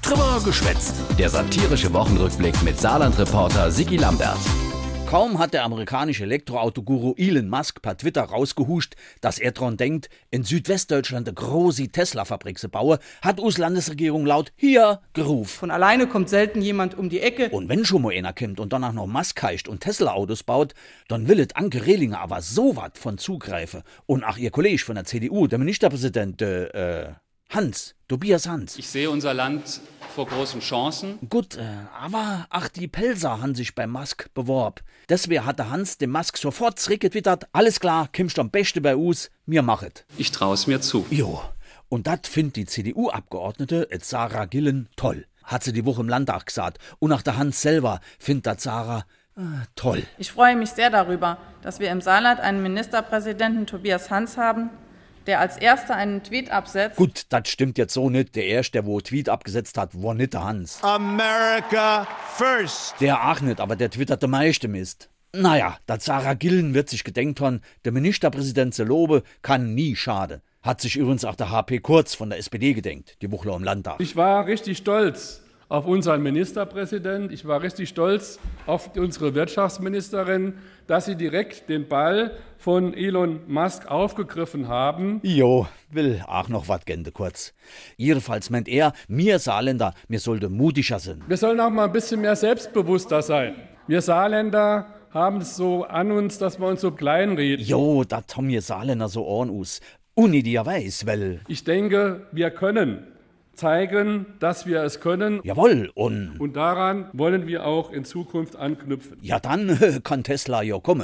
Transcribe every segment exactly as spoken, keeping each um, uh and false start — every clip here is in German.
Drüber geschwätzt. Der satirische Wochenrückblick mit Saarland-Reporter Sigi Lambert. Kaum hat der amerikanische Elektroautoguru Elon Musk per Twitter rausgehuscht, dass er dran denkt, in Südwestdeutschland eine große Tesla-Fabrik zu bauen, hat us Landesregierung laut hier gerufen. Von alleine kommt selten jemand um die Ecke. Und wenn schon mal einer kommt und danach noch Musk heißt und Tesla-Autos baut, dann will es Anke Rehlinger aber so wat von zugreifen. Und auch ihr Kollege von der C D U, der Ministerpräsident, äh, Hans, Tobias Hans. Ich sehe unser Land vor großen Chancen. Gut, äh, aber ach, die Pelzer haben sich bei Musk beworben. Deswegen hatte Hans dem Musk sofort zurückgetwittert, alles klar, kommst am besten bei uns, mir machet. Ich traue es mir zu. Jo, und das findet die C D U-Abgeordnete Sarah Gillen toll. Hat sie die Woche im Landtag gesagt. Und auch der Hans selber findet das Sarah äh, toll. Ich freue mich sehr darüber, dass wir im Saarland einen Ministerpräsidenten Tobias Hans haben, der als erster einen Tweet absetzt. Gut, das stimmt jetzt so nicht. Der Erste, der wo Tweet abgesetzt hat, war nicht der Hans. America first. Der auch nicht, aber der twittert der meiste Mist. Naja, dat Sarah Gillen wird sich gedenkt haben, der Ministerpräsident zu loben, kann nie schaden. Hat sich übrigens auch der H P Kurz von der S P D gedenkt, die Woche im Landtag. Ich war richtig stolz auf unseren Ministerpräsident. Ich war richtig stolz auf unsere Wirtschaftsministerin, dass sie direkt den Ball von Elon Musk aufgegriffen haben. Jo, will auch noch wat gende kurz. Jedenfalls meint er, mir Saarländer, mir sollte mutiger sein. Wir sollen auch mal ein bisschen mehr selbstbewusster sein. Wir Saarländer haben es so an uns, dass wir uns so kleinreden. Jo, dat haben wir Saarländer so an us. Unidigerweise, weil... Ich denke, wir können zeigen, dass wir es können. Jawohl, und... Und daran wollen wir auch in Zukunft anknüpfen. Ja, dann äh, kann Tesla ja kommen.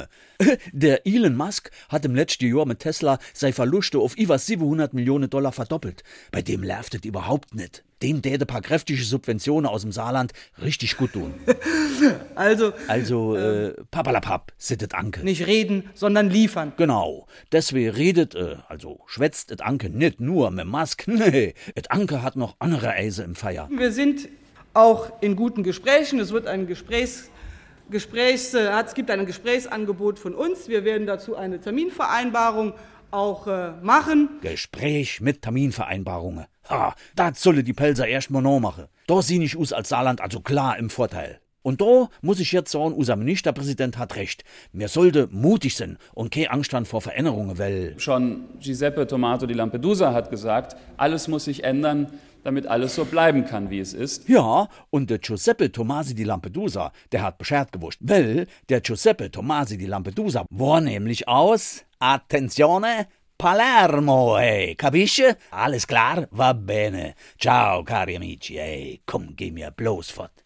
Der Elon Musk hat im letzten Jahr mit Tesla seine Verluste auf über siebenhundert Millionen Dollar verdoppelt. Bei dem läuft es überhaupt nicht. Dem täte ein paar kräftige Subventionen aus dem Saarland richtig gut tun. Also, Also, äh, papalapap, sittet Anke. nicht reden, sondern liefern. Genau. Deswegen redet, äh, also schwätzt et Anke nicht nur mit Musk. Nee, et Anke hat noch andere Eise im Feier. Wir sind auch in guten Gesprächen. Es wird ein Gesprächs, Gesprächs, äh, es gibt ein Gesprächsangebot von uns. Wir werden dazu eine Terminvereinbarung auch äh, machen. Gespräch mit Terminvereinbarungen. Ha, das solle die Pelzer erst mal noch machen. Da sieh ich us als Saarland also klar im Vorteil. Und da muss ich jetzt sagen, unser Ministerpräsident hat recht. Wir sollte mutig sein und keine Angst haben vor Veränderungen, weil... Schon Giuseppe Tomato di Lampedusa hat gesagt, alles muss sich ändern, damit alles so bleiben kann, wie es ist. Ja, und der Giuseppe Tomasi di Lampedusa, der hat Bescheid gewusst. Weil der Giuseppe Tomasi di Lampedusa war nämlich aus... Attenzione! Palermo, ey, capisce? Alles klar? Va bene. Ciao, cari amici, ey, komm, geh mir bloß fort.